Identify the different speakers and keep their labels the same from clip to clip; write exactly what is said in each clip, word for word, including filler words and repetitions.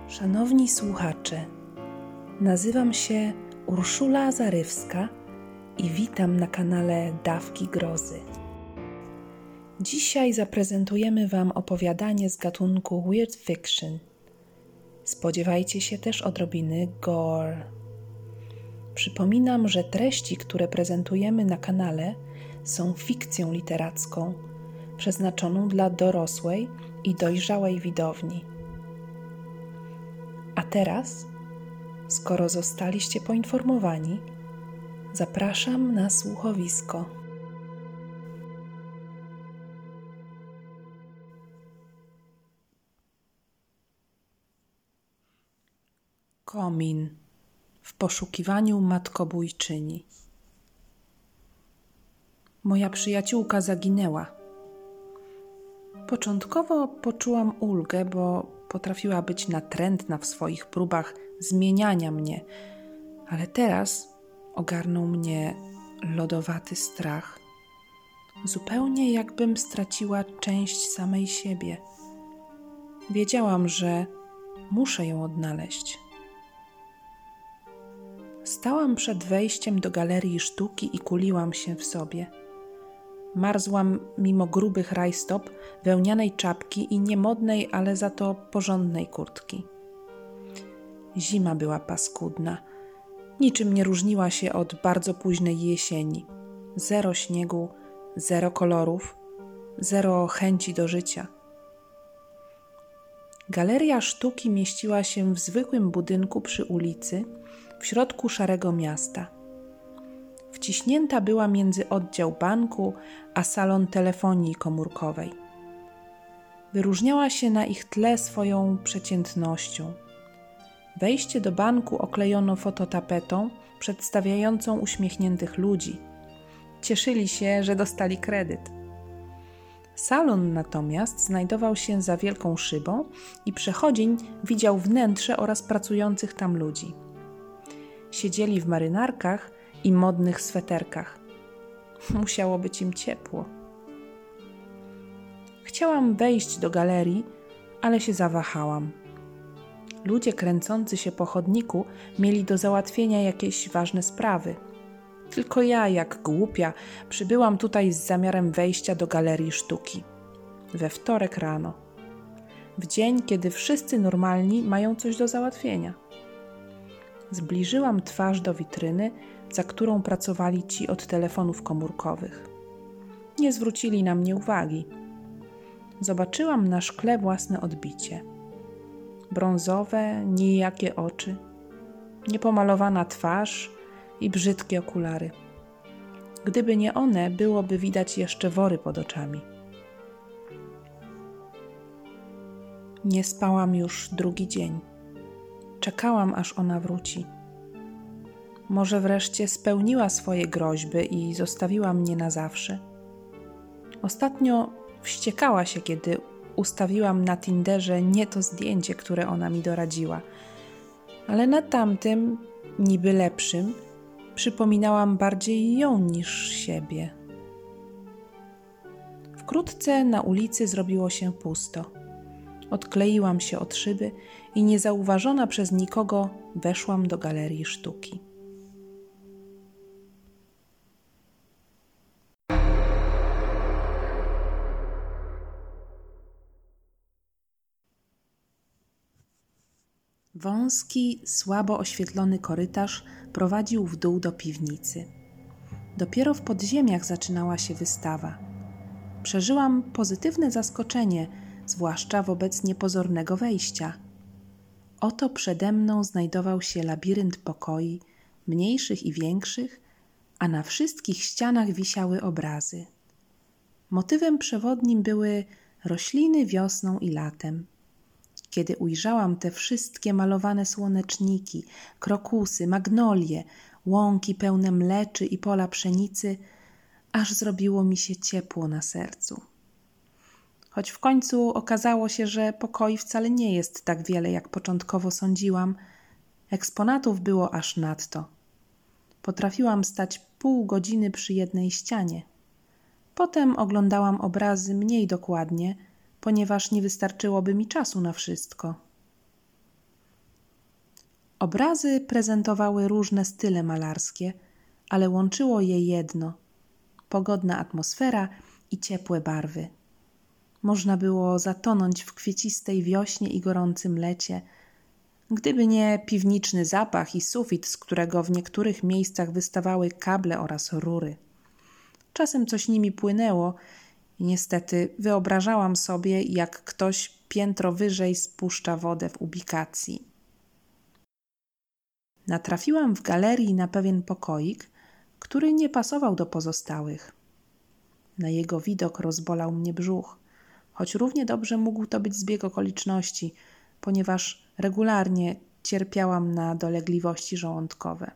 Speaker 1: Szanowni słuchacze, nazywam się Urszula Zarywska i witam na kanale Dawki Grozy. Dzisiaj zaprezentujemy Wam opowiadanie z gatunku Weird Fiction. Spodziewajcie się też odrobiny gore. Przypominam, że treści, które prezentujemy na kanale, są fikcją literacką, przeznaczoną dla dorosłej i dojrzałej widowni. A teraz, skoro zostaliście poinformowani, zapraszam na słuchowisko. Komin w poszukiwaniu matkobójczyni. Moja przyjaciółka zaginęła. Początkowo poczułam ulgę, bo potrafiła być natrętna w swoich próbach zmieniania mnie, ale teraz ogarnął mnie lodowaty strach. Zupełnie jakbym straciła część samej siebie. Wiedziałam, że muszę ją odnaleźć. Stałam przed wejściem do galerii sztuki i kuliłam się w sobie. Marzłam mimo grubych rajstop, wełnianej czapki i niemodnej, ale za to porządnej kurtki. Zima była paskudna. Niczym nie różniła się od bardzo późnej jesieni. Zero śniegu, zero kolorów, zero chęci do życia. Galeria sztuki mieściła się w zwykłym budynku przy ulicy, w środku szarego miasta. Wciśnięta była między oddział banku a salon telefonii komórkowej. Wyróżniała się na ich tle swoją przeciętnością. Wejście do banku oklejono fototapetą przedstawiającą uśmiechniętych ludzi. Cieszyli się, że dostali kredyt. Salon natomiast znajdował się za wielką szybą i przechodzień widział wnętrze oraz pracujących tam ludzi. Siedzieli w marynarkach i modnych sweterkach. Musiało być im ciepło. Chciałam wejść do galerii, ale się zawahałam. Ludzie kręcący się po chodniku mieli do załatwienia jakieś ważne sprawy. Tylko ja, jak głupia, przybyłam tutaj z zamiarem wejścia do galerii sztuki. We wtorek rano. W dzień, kiedy wszyscy normalni mają coś do załatwienia. Zbliżyłam twarz do witryny, za którą pracowali ci od telefonów komórkowych. Nie zwrócili na mnie uwagi. Zobaczyłam na szkle własne odbicie. Brązowe, nijakie oczy, niepomalowana twarz i brzydkie okulary. Gdyby nie one, byłoby widać jeszcze wory pod oczami. Nie spałam już drugi dzień. Czekałam, aż ona wróci. Może wreszcie spełniła swoje groźby i zostawiła mnie na zawsze. Ostatnio wściekała się, kiedy ustawiłam na Tinderze nie to zdjęcie, które ona mi doradziła, ale na tamtym, niby lepszym, przypominałam bardziej ją niż siebie. Wkrótce na ulicy zrobiło się pusto. Odkleiłam się od szyby i niezauważona przez nikogo weszłam do galerii sztuki. Wąski, słabo oświetlony korytarz prowadził w dół do piwnicy. Dopiero w podziemiach zaczynała się wystawa. Przeżyłam pozytywne zaskoczenie, zwłaszcza wobec niepozornego wejścia. Oto przede mną znajdował się labirynt pokoi, mniejszych i większych, a na wszystkich ścianach wisiały obrazy. Motywem przewodnim były rośliny wiosną i latem. Kiedy ujrzałam te wszystkie malowane słoneczniki, krokusy, magnolie, łąki pełne mleczy i pola pszenicy, aż zrobiło mi się ciepło na sercu. Choć w końcu okazało się, że pokoi wcale nie jest tak wiele, jak początkowo sądziłam, eksponatów było aż nadto. Potrafiłam stać pół godziny przy jednej ścianie. Potem oglądałam obrazy mniej dokładnie, ponieważ nie wystarczyłoby mi czasu na wszystko. Obrazy prezentowały różne style malarskie, ale łączyło je jedno – pogodna atmosfera i ciepłe barwy. Można było zatonąć w kwiecistej wiośnie i gorącym lecie, gdyby nie piwniczny zapach i sufit, z którego w niektórych miejscach wystawały kable oraz rury. Czasem coś nimi płynęło i niestety wyobrażałam sobie, jak ktoś piętro wyżej spuszcza wodę w ubikacji. Natrafiłam w galerii na pewien pokoik, który nie pasował do pozostałych. Na jego widok rozbolał mnie brzuch, choć równie dobrze mógł to być zbieg okoliczności, ponieważ regularnie cierpiałam na dolegliwości żołądkowe.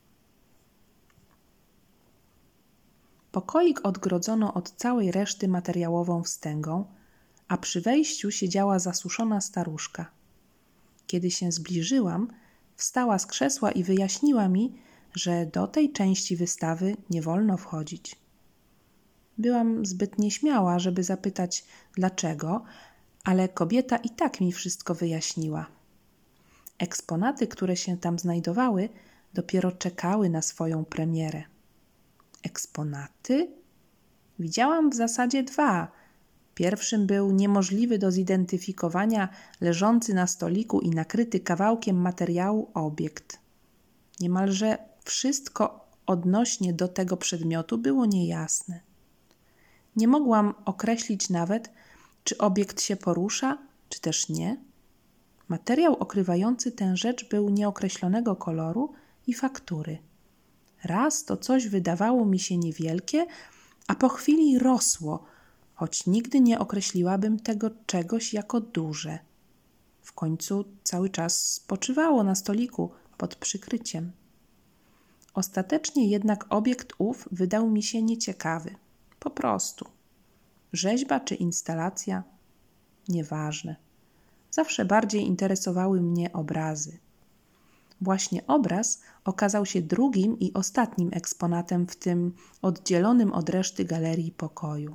Speaker 1: Pokoik odgrodzono od całej reszty materiałową wstęgą, a przy wejściu siedziała zasuszona staruszka. Kiedy się zbliżyłam, wstała z krzesła i wyjaśniła mi, że do tej części wystawy nie wolno wchodzić. Byłam zbyt nieśmiała, żeby zapytać dlaczego, ale kobieta i tak mi wszystko wyjaśniła. Eksponaty, które się tam znajdowały, dopiero czekały na swoją premierę. Eksponaty? Widziałam w zasadzie dwa. Pierwszym był niemożliwy do zidentyfikowania, leżący na stoliku i nakryty kawałkiem materiału obiekt. Niemalże wszystko odnośnie do tego przedmiotu było niejasne. Nie mogłam określić nawet, czy obiekt się porusza, czy też nie. Materiał okrywający tę rzecz był nieokreślonego koloru i faktury. Raz to coś wydawało mi się niewielkie, a po chwili rosło, choć nigdy nie określiłabym tego czegoś jako duże. W końcu cały czas spoczywało na stoliku pod przykryciem. Ostatecznie jednak obiekt ów wydał mi się nieciekawy. Po prostu. Rzeźba czy instalacja? Nieważne. Zawsze bardziej interesowały mnie obrazy. Właśnie obraz okazał się drugim i ostatnim eksponatem w tym oddzielonym od reszty galerii pokoju.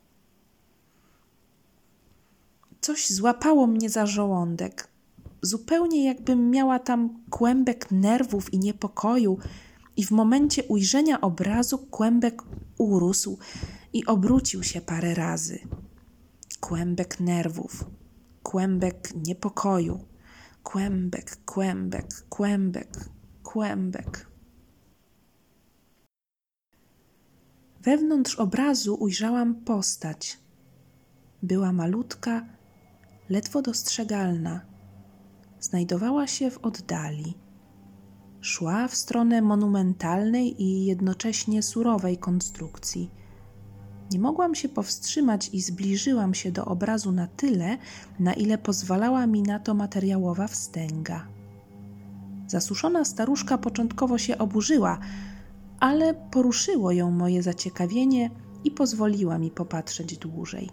Speaker 1: Coś złapało mnie za żołądek. Zupełnie jakbym miała tam kłębek nerwów i niepokoju i w momencie ujrzenia obrazu kłębek urósł i obrócił się parę razy. Kłębek nerwów, kłębek niepokoju, kłębek, kłębek, kłębek, kłębek. Wewnątrz obrazu ujrzałam postać. Była malutka, ledwo dostrzegalna. Znajdowała się w oddali. Szła w stronę monumentalnej i jednocześnie surowej konstrukcji. Nie mogłam się powstrzymać i zbliżyłam się do obrazu na tyle, na ile pozwalała mi na to materiałowa wstęga. Zasuszona staruszka początkowo się oburzyła, ale poruszyło ją moje zaciekawienie i pozwoliła mi popatrzeć dłużej.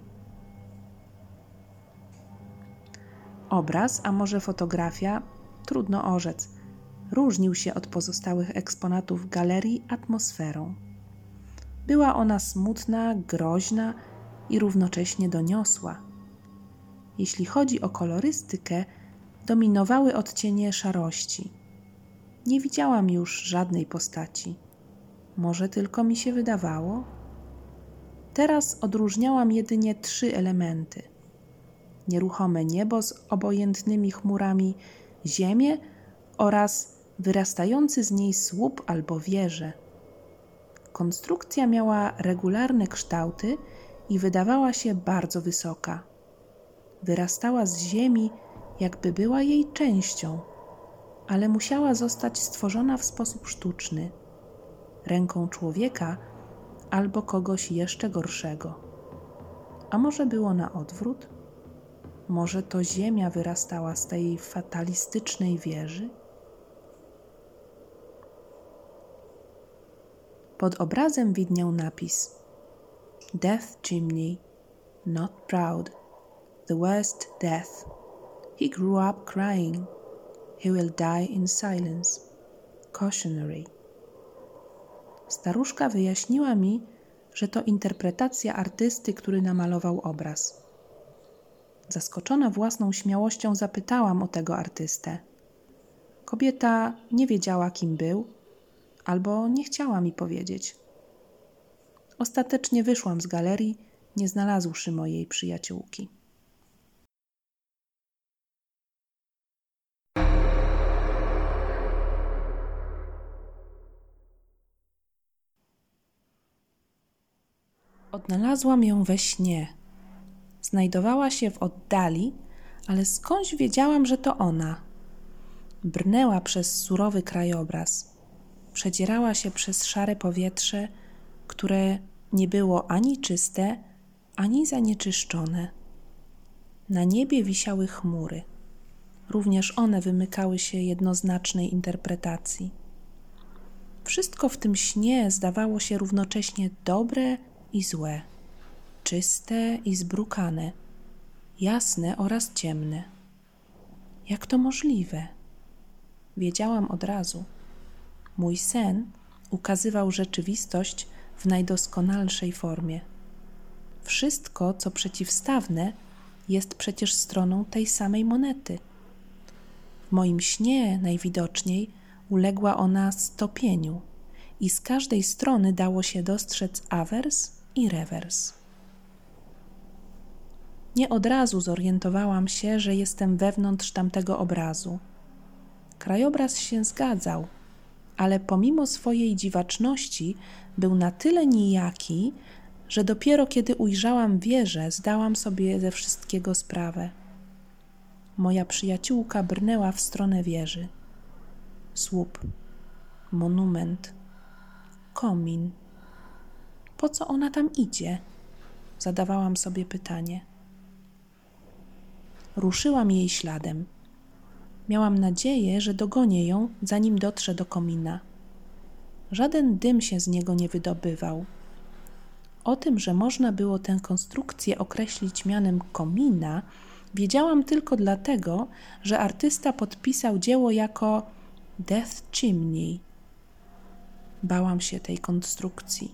Speaker 1: Obraz, a może fotografia, trudno orzec, różnił się od pozostałych eksponatów galerii atmosferą. Była ona smutna, groźna i równocześnie doniosła. Jeśli chodzi o kolorystykę, dominowały odcienie szarości. Nie widziałam już żadnej postaci. Może tylko mi się wydawało? Teraz odróżniałam jedynie trzy elementy. Nieruchome niebo z obojętnymi chmurami, ziemię oraz wyrastający z niej słup albo wieżę. Konstrukcja miała regularne kształty i wydawała się bardzo wysoka. Wyrastała z ziemi, jakby była jej częścią, ale musiała zostać stworzona w sposób sztuczny, ręką człowieka albo kogoś jeszcze gorszego. A może było na odwrót? Może to ziemia wyrastała z tej fatalistycznej wieży? Pod obrazem widniał napis Death Chimney, not proud, the worst death. He grew up crying. He will die in silence. Cautionary. Staruszka wyjaśniła mi, że to interpretacja artysty, który namalował obraz. Zaskoczona własną śmiałością zapytałam o tego artystę. Kobieta nie wiedziała, kim był, albo nie chciała mi powiedzieć. Ostatecznie wyszłam z galerii, nie znalazłszy mojej przyjaciółki. Odnalazłam ją we śnie. Znajdowała się w oddali, ale skądś wiedziałam, że to ona. Brnęła przez surowy krajobraz. Przedzierała się przez szare powietrze, które nie było ani czyste, ani zanieczyszczone. Na niebie wisiały chmury. Również one wymykały się jednoznacznej interpretacji. Wszystko w tym śnie zdawało się równocześnie dobre i złe, czyste i zbrukane, jasne oraz ciemne. Jak to możliwe? Wiedziałam od razu. Mój sen ukazywał rzeczywistość w najdoskonalszej formie. Wszystko, co przeciwstawne, jest przecież stroną tej samej monety. W moim śnie najwidoczniej uległa ona stopieniu i z każdej strony dało się dostrzec awers i rewers. Nie od razu zorientowałam się, że jestem wewnątrz tamtego obrazu. Krajobraz się zgadzał, ale pomimo swojej dziwaczności był na tyle nijaki, że dopiero kiedy ujrzałam wieżę, zdałam sobie ze wszystkiego sprawę. Moja przyjaciółka brnęła w stronę wieży. Słup, monument, komin. Po co ona tam idzie? Zadawałam sobie pytanie. Ruszyłam jej śladem. Miałam nadzieję, że dogonię ją, zanim dotrze do komina. Żaden dym się z niego nie wydobywał. O tym, że można było tę konstrukcję określić mianem komina, wiedziałam tylko dlatego, że artysta podpisał dzieło jako Death Chimney. Bałam się tej konstrukcji.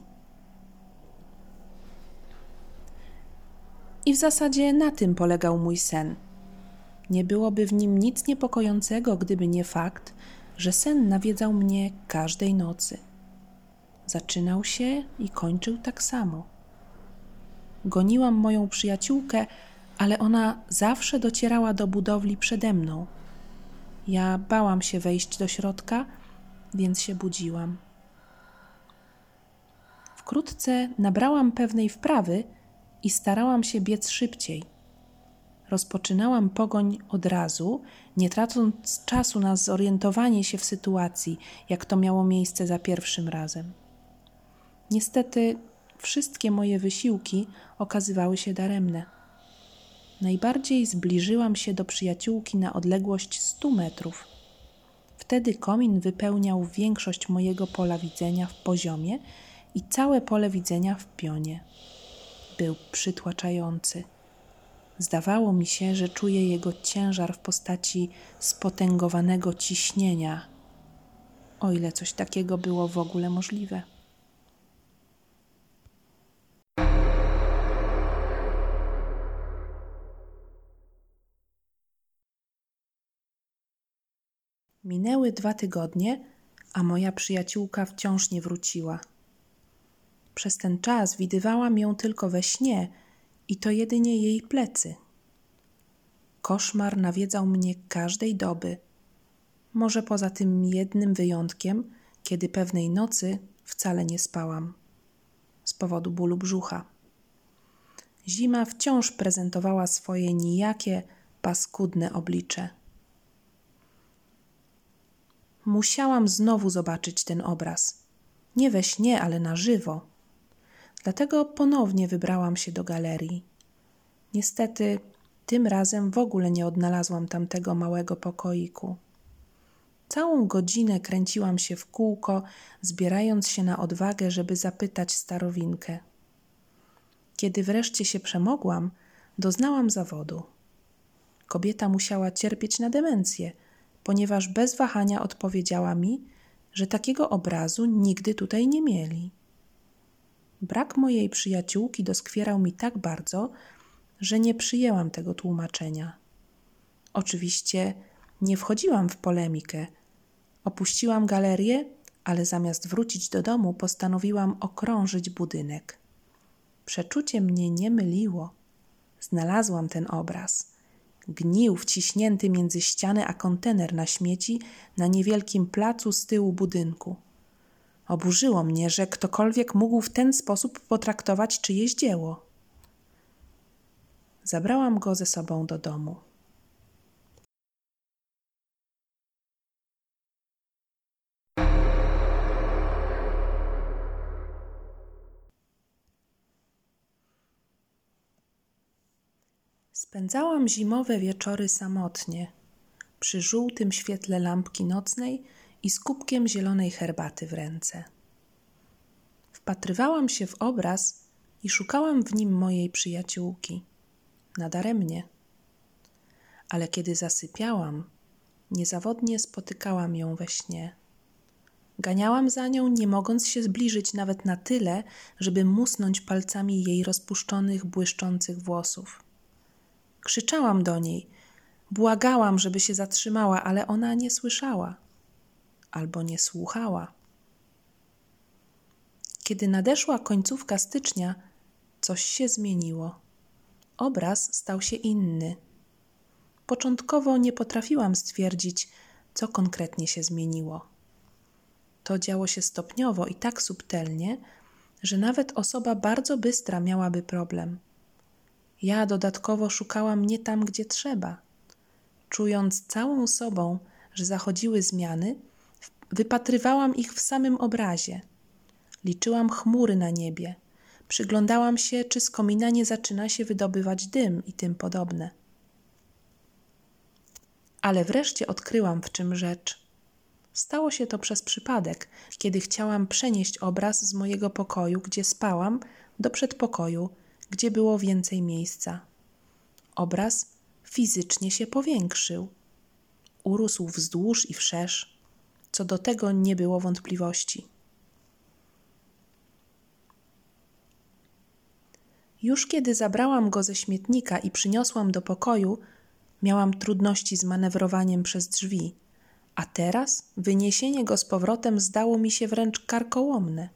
Speaker 1: I w zasadzie na tym polegał mój sen. Nie byłoby w nim nic niepokojącego, gdyby nie fakt, że sen nawiedzał mnie każdej nocy. Zaczynał się i kończył tak samo. Goniłam moją przyjaciółkę, ale ona zawsze docierała do budowli przede mną. Ja bałam się wejść do środka, więc się budziłam. Wkrótce nabrałam pewnej wprawy i starałam się biec szybciej. Rozpoczynałam pogoń od razu, nie tracąc czasu na zorientowanie się w sytuacji, jak to miało miejsce za pierwszym razem. Niestety wszystkie moje wysiłki okazywały się daremne. Najbardziej zbliżyłam się do przyjaciółki na odległość stu metrów. Wtedy komin wypełniał większość mojego pola widzenia w poziomie i całe pole widzenia w pionie. Był przytłaczający. Zdawało mi się, że czuję jego ciężar w postaci spotęgowanego ciśnienia, o ile coś takiego było w ogóle możliwe. Minęły dwa tygodnie, a moja przyjaciółka wciąż nie wróciła. Przez ten czas widywałam ją tylko we śnie i to jedynie jej plecy. Koszmar nawiedzał mnie każdej doby, może poza tym jednym wyjątkiem, kiedy pewnej nocy wcale nie spałam z powodu bólu brzucha. Zima wciąż prezentowała swoje nijakie, paskudne oblicze. Musiałam znowu zobaczyć ten obraz. Nie we śnie, ale na żywo. Dlatego ponownie wybrałam się do galerii. Niestety, tym razem w ogóle nie odnalazłam tamtego małego pokoiku. Całą godzinę kręciłam się w kółko, zbierając się na odwagę, żeby zapytać starowinkę. Kiedy wreszcie się przemogłam, doznałam zawodu. Kobieta musiała cierpieć na demencję, ponieważ bez wahania odpowiedziała mi, że takiego obrazu nigdy tutaj nie mieli. Brak mojej przyjaciółki doskwierał mi tak bardzo, że nie przyjęłam tego tłumaczenia. Oczywiście nie wchodziłam w polemikę, Opuściłam galerię, ale zamiast wrócić do domu, postanowiłam okrążyć budynek. Przeczucie mnie nie myliło. Znalazłam ten obraz. Gnił wciśnięty między ścianę a kontener na śmieci na niewielkim placu z tyłu budynku. Oburzyło mnie, że ktokolwiek mógł w ten sposób potraktować czyjeś dzieło. Zabrałam go ze sobą do domu. Spędzałam zimowe wieczory samotnie, przy żółtym świetle lampki nocnej i z kubkiem zielonej herbaty w ręce. Wpatrywałam się w obraz i szukałam w nim mojej przyjaciółki. Nadaremnie. Ale kiedy zasypiałam, niezawodnie spotykałam ją we śnie. Ganiałam za nią, nie mogąc się zbliżyć nawet na tyle, żeby musnąć palcami jej rozpuszczonych, błyszczących włosów. Krzyczałam do niej, błagałam, żeby się zatrzymała, ale ona nie słyszała albo nie słuchała. Kiedy nadeszła końcówka stycznia, coś się zmieniło. Obraz stał się inny. Początkowo nie potrafiłam stwierdzić, co konkretnie się zmieniło. To działo się stopniowo i tak subtelnie, że nawet osoba bardzo bystra miałaby problem. Ja dodatkowo szukałam nie tam, gdzie trzeba. Czując całą sobą, że zachodziły zmiany, wypatrywałam ich w samym obrazie. Liczyłam chmury na niebie. Przyglądałam się, czy z komina nie zaczyna się wydobywać dym i tym podobne. Ale wreszcie odkryłam, w czym rzecz. Stało się to przez przypadek, kiedy chciałam przenieść obraz z mojego pokoju, gdzie spałam, do przedpokoju, gdzie było więcej miejsca. Obraz fizycznie się powiększył. Urósł wzdłuż i wszerz. Co do tego nie było wątpliwości. Już kiedy zabrałam go ze śmietnika i przyniosłam do pokoju, miałam trudności z manewrowaniem przez drzwi, a teraz wyniesienie go z powrotem zdało mi się wręcz karkołomne.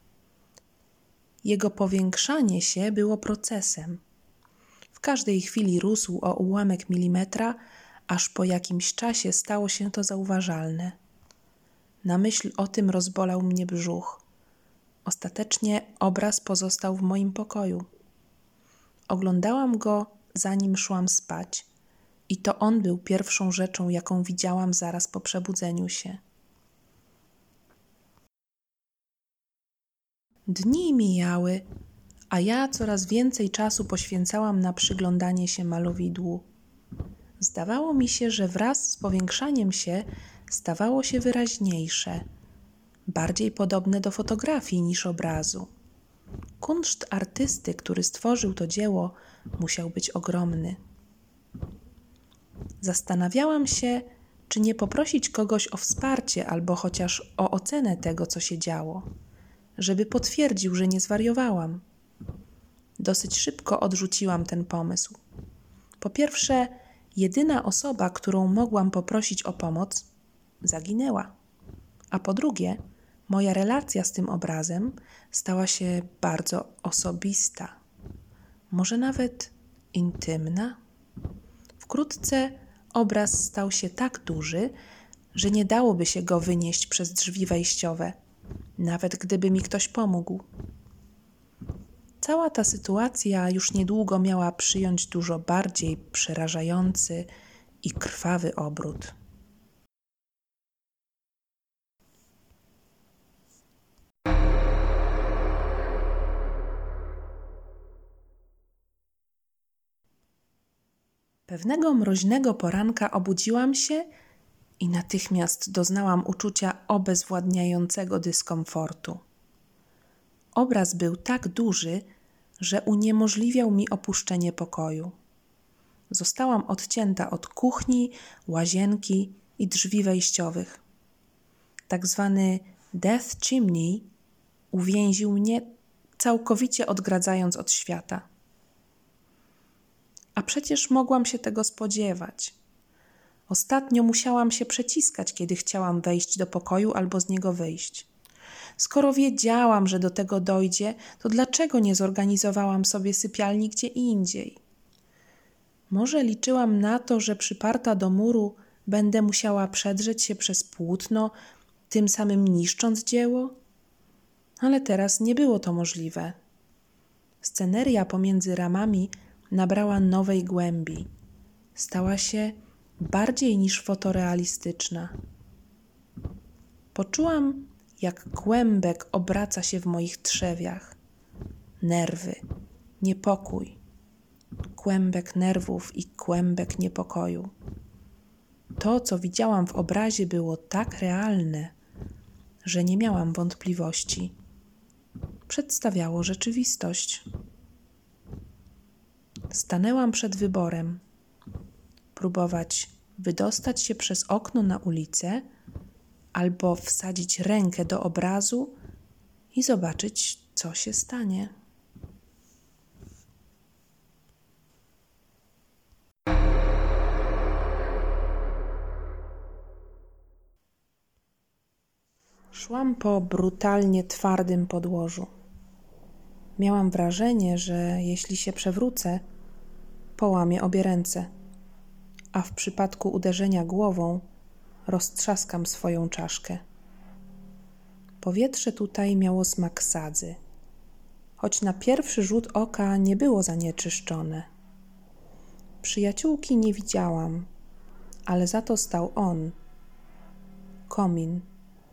Speaker 1: Jego powiększanie się było procesem. W każdej chwili rósł o ułamek milimetra, aż po jakimś czasie stało się to zauważalne. Na myśl o tym rozbolał mnie brzuch. Ostatecznie obraz pozostał w moim pokoju. Oglądałam go, zanim szłam spać, i to on był pierwszą rzeczą, jaką widziałam zaraz po przebudzeniu się. Dni mijały, a ja coraz więcej czasu poświęcałam na przyglądanie się malowidłu. Zdawało mi się, że wraz z powiększaniem się stawało się wyraźniejsze, bardziej podobne do fotografii niż obrazu. Kunszt artysty, który stworzył to dzieło, musiał być ogromny. Zastanawiałam się, czy nie poprosić kogoś o wsparcie albo chociaż o ocenę tego, co się działo, żeby potwierdził, że nie zwariowałam. Dosyć szybko odrzuciłam ten pomysł. Po pierwsze, jedyna osoba, którą mogłam poprosić o pomoc, zaginęła. A po drugie, moja relacja z tym obrazem stała się bardzo osobista. Może nawet intymna? Wkrótce obraz stał się tak duży, że nie dałoby się go wynieść przez drzwi wejściowe, nawet gdyby mi ktoś pomógł. Cała ta sytuacja już niedługo miała przyjąć dużo bardziej przerażający i krwawy obrót. Pewnego mroźnego poranka obudziłam się i natychmiast doznałam uczucia obezwładniającego dyskomfortu. Obraz był tak duży, że uniemożliwiał mi opuszczenie pokoju. Zostałam odcięta od kuchni, łazienki i drzwi wejściowych. Tak zwany death chimney uwięził mnie, całkowicie odgradzając od świata. A przecież mogłam się tego spodziewać. Ostatnio musiałam się przeciskać, kiedy chciałam wejść do pokoju albo z niego wyjść. Skoro wiedziałam, że do tego dojdzie, to dlaczego nie zorganizowałam sobie sypialni gdzie indziej? Może liczyłam na to, że przyparta do muru będę musiała przedrzeć się przez płótno, tym samym niszcząc dzieło? Ale teraz nie było to możliwe. Sceneria pomiędzy ramami nabrała nowej głębi. Stała się bardziej niż fotorealistyczna. Poczułam, jak kłębek obraca się w moich trzewiach. Nerwy, niepokój, kłębek nerwów i kłębek niepokoju. To, co widziałam w obrazie, było tak realne, że nie miałam wątpliwości. Przedstawiało rzeczywistość. Stanęłam przed wyborem. Próbować wydostać się przez okno na ulicę albo wsadzić rękę do obrazu i zobaczyć, co się stanie. Szłam po brutalnie twardym podłożu. Miałam wrażenie, że jeśli się przewrócę, połamię obie ręce, a w przypadku uderzenia głową roztrzaskam swoją czaszkę. Powietrze tutaj miało smak sadzy, choć na pierwszy rzut oka nie było zanieczyszczone. Przyjaciółki nie widziałam, ale za to stał on, komin.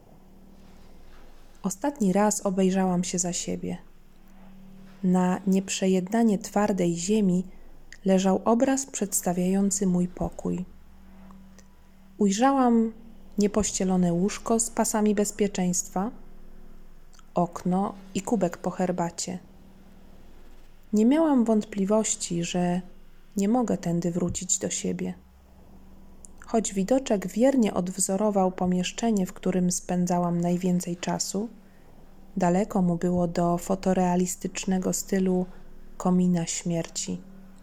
Speaker 1: Ostatni raz obejrzałam się za siebie. Na nieprzejednanie twardej ziemi leżał obraz przedstawiający mój pokój. Ujrzałam niepościelone łóżko z pasami bezpieczeństwa, okno i kubek po herbacie. Nie miałam wątpliwości, że nie mogę tędy wrócić do siebie. Choć widoczek wiernie odwzorował pomieszczenie, w którym spędzałam najwięcej czasu, daleko mu było do fotorealistycznego stylu komina śmierci.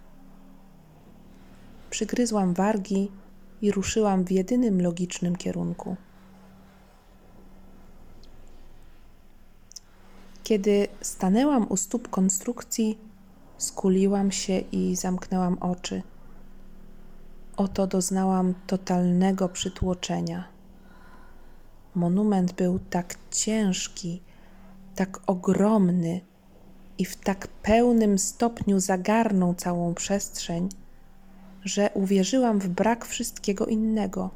Speaker 1: Przygryzłam wargi i ruszyłam w jedynym logicznym kierunku. Kiedy stanęłam u stóp konstrukcji, skuliłam się i zamknęłam oczy. Oto doznałam totalnego przytłoczenia. Monument był tak ciężki, tak ogromny i w tak pełnym stopniu zagarnął całą przestrzeń, że uwierzyłam w brak wszystkiego innego.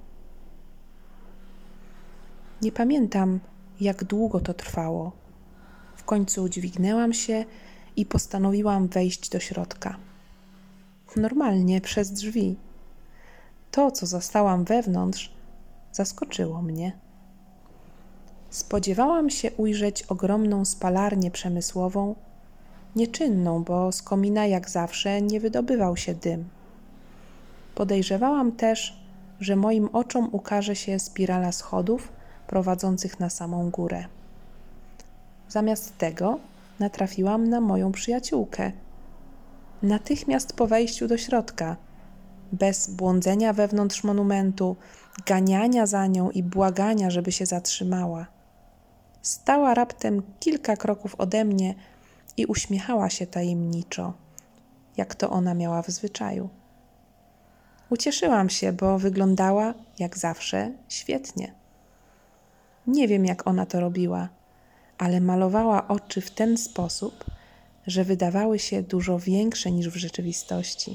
Speaker 1: Nie pamiętam, jak długo to trwało. W końcu udźwignęłam się i postanowiłam wejść do środka. Normalnie przez drzwi. To, co zastałam wewnątrz, zaskoczyło mnie. Spodziewałam się ujrzeć ogromną spalarnię przemysłową, nieczynną, bo z komina jak zawsze nie wydobywał się dym. Podejrzewałam też, że moim oczom ukaże się spirala schodów prowadzących na samą górę. Zamiast tego natrafiłam na moją przyjaciółkę. Natychmiast po wejściu do środka, bez błądzenia wewnątrz monumentu, ganiania za nią i błagania, żeby się zatrzymała. Stała raptem kilka kroków ode mnie i uśmiechała się tajemniczo, jak to ona miała w zwyczaju. Ucieszyłam się, bo wyglądała, jak zawsze, świetnie. Nie wiem, jak ona to robiła, ale malowała oczy w ten sposób, że wydawały się dużo większe niż w rzeczywistości.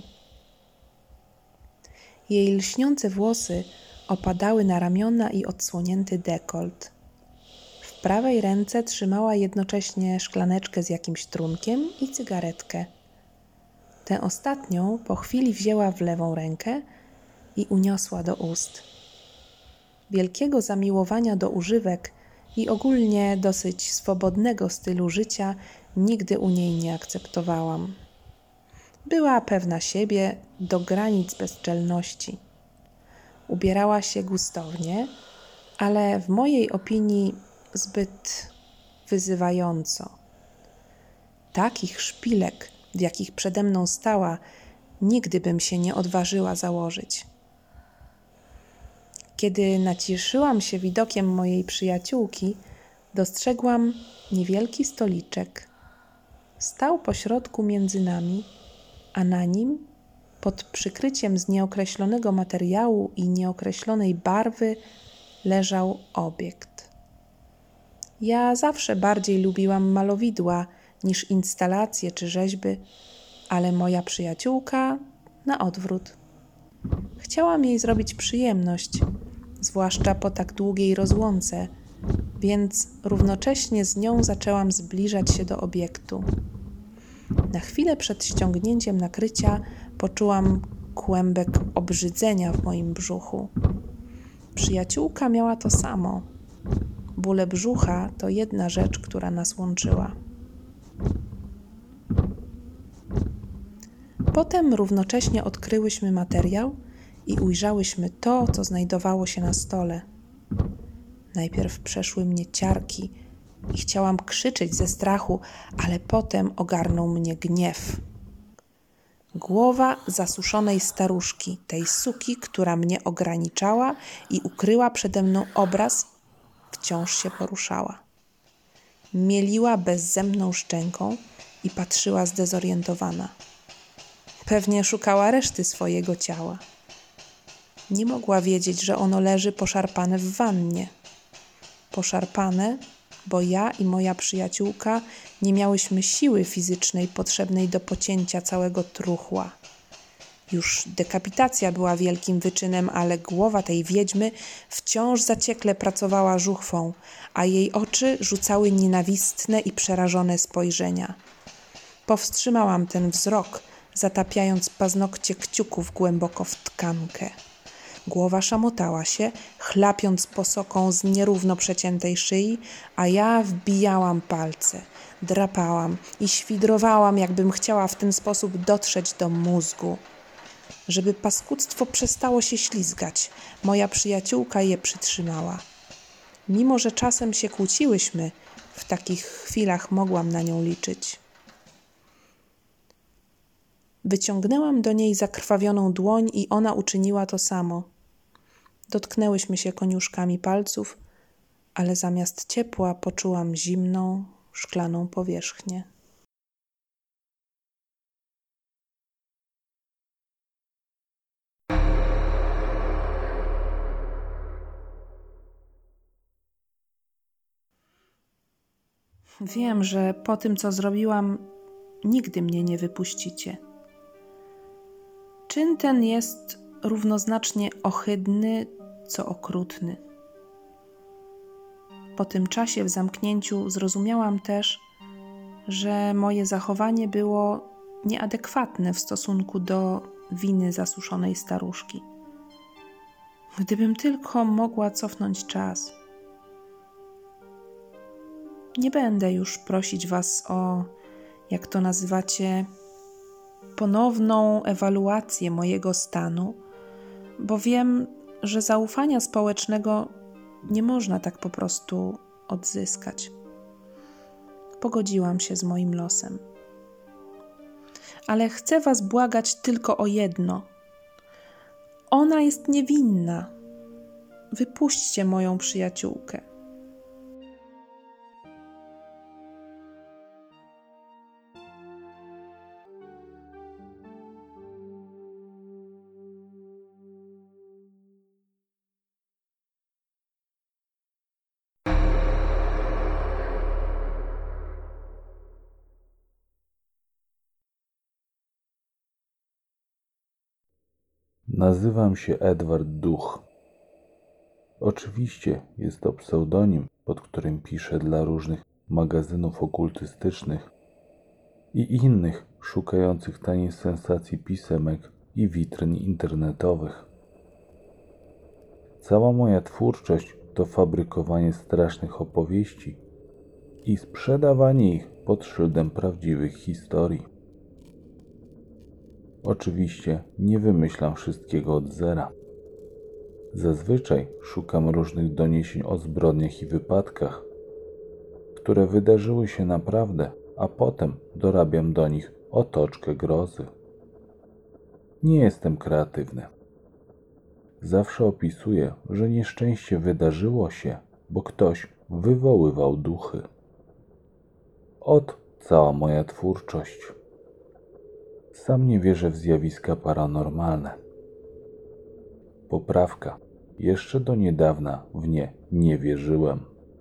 Speaker 1: Jej lśniące włosy opadały na ramiona i odsłonięty dekolt. W prawej ręce trzymała jednocześnie szklaneczkę z jakimś trunkiem i cygaretkę. Tę ostatnią po chwili wzięła w lewą rękę i uniosła do ust. Wielkiego zamiłowania do używek i ogólnie dosyć swobodnego stylu życia nigdy u niej nie akceptowałam. Była pewna siebie do granic bezczelności. Ubierała się gustownie, ale w mojej opinii zbyt wyzywająco. Takich szpilek, w jakich przede mną stała, nigdy bym się nie odważyła założyć. Kiedy nacieszyłam się widokiem mojej przyjaciółki, dostrzegłam niewielki stoliczek. Stał pośrodku między nami, a na nim, pod przykryciem z nieokreślonego materiału i nieokreślonej barwy, leżał obiekt. Ja zawsze bardziej lubiłam malowidła niż instalacje czy rzeźby, ale moja przyjaciółka na odwrót. Chciałam jej zrobić przyjemność, zwłaszcza po tak długiej rozłące, więc równocześnie z nią zaczęłam zbliżać się do obiektu. Na chwilę przed ściągnięciem nakrycia poczułam kłębek obrzydzenia w moim brzuchu. Przyjaciółka miała to samo. Bóle brzucha to jedna rzecz, która nas łączyła. Potem równocześnie odkryłyśmy materiał i ujrzałyśmy to, co znajdowało się na stole. Najpierw przeszły mnie ciarki i chciałam krzyczeć ze strachu, ale potem ogarnął mnie gniew. Głowa zasuszonej staruszki, tej suki, która mnie ograniczała i ukryła przede mną obraz, wciąż się poruszała. Mieliła bezzębną szczęką i patrzyła zdezorientowana. Pewnie szukała reszty swojego ciała. Nie mogła wiedzieć, że ono leży poszarpane w wannie. Poszarpane, bo ja i moja przyjaciółka nie miałyśmy siły fizycznej potrzebnej do pocięcia całego truchła. Już dekapitacja była wielkim wyczynem, ale głowa tej wiedźmy wciąż zaciekle pracowała żuchwą, a jej oczy rzucały nienawistne i przerażone spojrzenia. Powstrzymałam ten wzrok, zatapiając paznokcie kciuków głęboko w tkankę. Głowa szamotała się, chlapiąc posoką z nierówno przeciętej szyi, a ja wbijałam palce, drapałam i świdrowałam, jakbym chciała w ten sposób dotrzeć do mózgu. Żeby paskudztwo przestało się ślizgać, moja przyjaciółka je przytrzymała. Mimo że czasem się kłóciłyśmy, w takich chwilach mogłam na nią liczyć. Wyciągnęłam do niej zakrwawioną dłoń i ona uczyniła to samo. Dotknęłyśmy się koniuszkami palców, ale zamiast ciepła poczułam zimną, szklaną powierzchnię. Wiem, że po tym, co zrobiłam, nigdy mnie nie wypuścicie. Czyn ten jest równoznacznie ohydny, co okrutny. Po tym czasie w zamknięciu zrozumiałam też, że moje zachowanie było nieadekwatne w stosunku do winy zasuszonej staruszki. Gdybym tylko mogła cofnąć czas. Nie będę już prosić was o, jak to nazywacie, ponowną ewaluację mojego stanu, bo wiem, że zaufania społecznego nie można tak po prostu odzyskać. Pogodziłam się z moim losem. Ale chcę was błagać tylko o jedno. Ona jest niewinna. Wypuśćcie moją przyjaciółkę.
Speaker 2: Nazywam się Edward Duch. Oczywiście jest to pseudonim, pod którym piszę dla różnych magazynów okultystycznych i innych szukających taniej sensacji pisemek i witryn internetowych. Cała moja twórczość to fabrykowanie strasznych opowieści i sprzedawanie ich pod szyldem prawdziwych historii. Oczywiście nie wymyślam wszystkiego od zera. Zazwyczaj szukam różnych doniesień o zbrodniach i wypadkach, które wydarzyły się naprawdę, a potem dorabiam do nich otoczkę grozy. Nie jestem kreatywny. zawsze opisuję, że nieszczęście wydarzyło się, bo ktoś wywoływał duchy. Ot cała moja twórczość. Sam nie wierzę w zjawiska paranormalne. Poprawka. Jeszcze do niedawna w nie nie wierzyłem.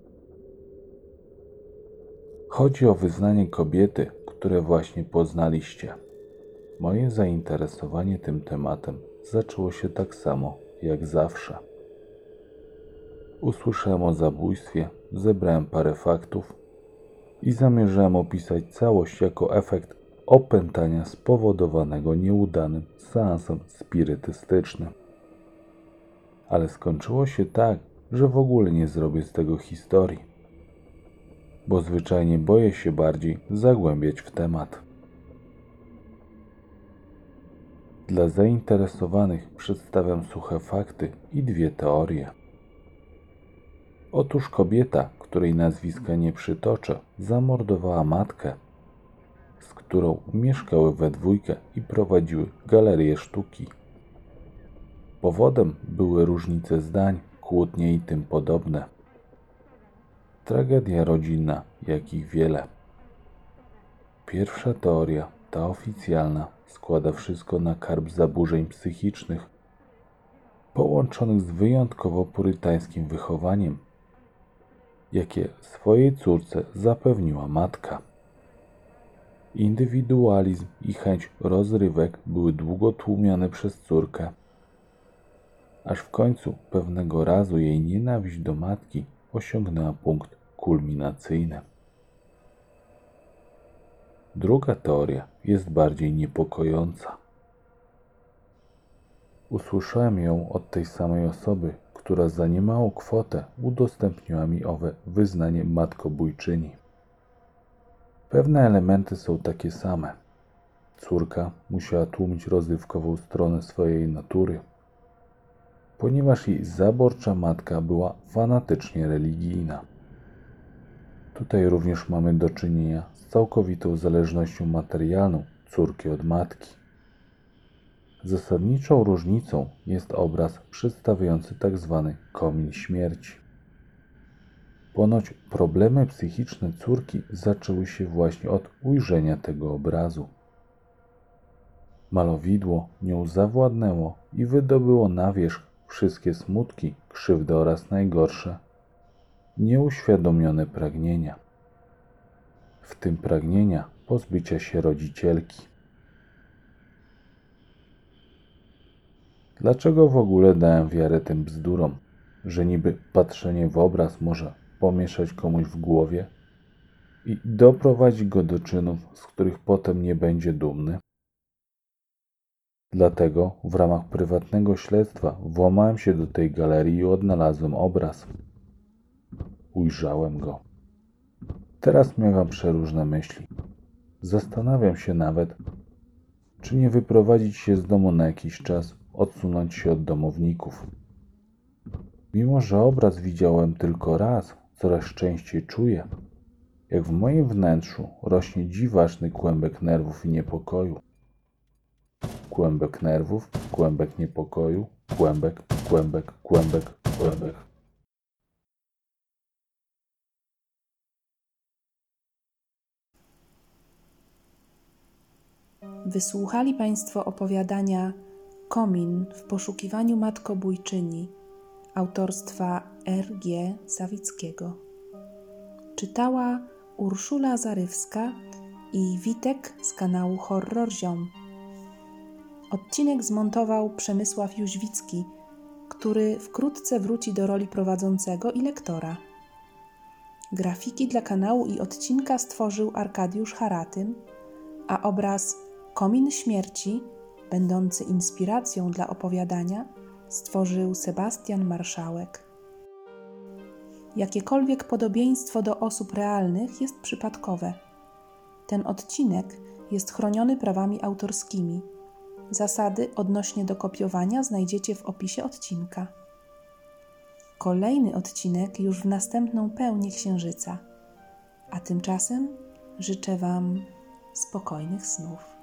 Speaker 2: Chodzi o wyznanie kobiety, które właśnie poznaliście. Moje zainteresowanie tym tematem zaczęło się tak samo jak zawsze. Usłyszałem o zabójstwie, zebrałem parę faktów i zamierzałem opisać całość jako efekt opętania spowodowanego nieudanym seansem spirytystycznym. Ale skończyło się tak, że w ogóle nie zrobię z tego historii, bo zwyczajnie boję się bardziej zagłębiać w temat. Dla zainteresowanych przedstawiam suche fakty i dwie teorie. Otóż kobieta, której nazwiska nie przytoczę, zamordowała matkę, z którą mieszkały we dwójkę i prowadziły galerię sztuki. Powodem były różnice zdań, kłótnie i tym podobne. Tragedia rodzinna, jakich wiele. Pierwsza teoria, ta oficjalna, składa wszystko na karb zaburzeń psychicznych, połączonych z wyjątkowo purytańskim wychowaniem, jakie swojej córce zapewniła matka. Indywidualizm i chęć rozrywek były długo tłumione przez córkę, aż w końcu pewnego razu jej nienawiść do matki osiągnęła punkt kulminacyjny. Druga teoria jest bardziej niepokojąca. Usłyszałem ją od tej samej osoby, która za niemałą kwotę udostępniła mi owe wyznanie matkobójczyni. Pewne elementy są takie same. Córka musiała tłumić rozrywkową stronę swojej natury, ponieważ jej zaborcza matka była fanatycznie religijna. Tutaj również mamy do czynienia z całkowitą zależnością materialną córki od matki. Zasadniczą różnicą jest obraz przedstawiający tzw. komin śmierci. Ponoć problemy psychiczne córki zaczęły się właśnie od ujrzenia tego obrazu. Malowidło nią zawładnęło i wydobyło na wierzch wszystkie smutki, krzywdy oraz najgorsze, nieuświadomione pragnienia. W tym pragnienia pozbycia się rodzicielki. Dlaczego w ogóle dałem wiarę tym bzdurom, że niby patrzenie w obraz może pomieszać komuś w głowie i doprowadzić go do czynów, z których potem nie będzie dumny? Dlatego w ramach prywatnego śledztwa włamałem się do tej galerii i odnalazłem obraz. Ujrzałem go. Teraz miewam przeróżne myśli. Zastanawiam się nawet, czy nie wyprowadzić się z domu na jakiś czas, odsunąć się od domowników. Mimo że obraz widziałem tylko raz, coraz częściej czuję, jak w moim wnętrzu rośnie dziwaczny kłębek nerwów i niepokoju. Kłębek nerwów, kłębek niepokoju, kłębek, kłębek, kłębek, kłębek.
Speaker 1: Wysłuchali Państwo opowiadania Komin w poszukiwaniu matkobójczyni autorstwa R G Sawickiego. Czytała Urszula Zarywska i Witek z kanału Horror Ziom. Odcinek zmontował Przemysław Jóźwicki, który wkrótce wróci do roli prowadzącego i lektora. Grafiki dla kanału i odcinka stworzył Arkadiusz Haratym, a obraz Komin śmierci, będący inspiracją dla opowiadania, stworzył Sebastian Marszałek. Jakiekolwiek podobieństwo do osób realnych jest przypadkowe. Ten odcinek jest chroniony prawami autorskimi. Zasady odnośnie do kopiowania znajdziecie w opisie odcinka. Kolejny odcinek już w następną pełnię księżyca. A tymczasem życzę Wam spokojnych snów.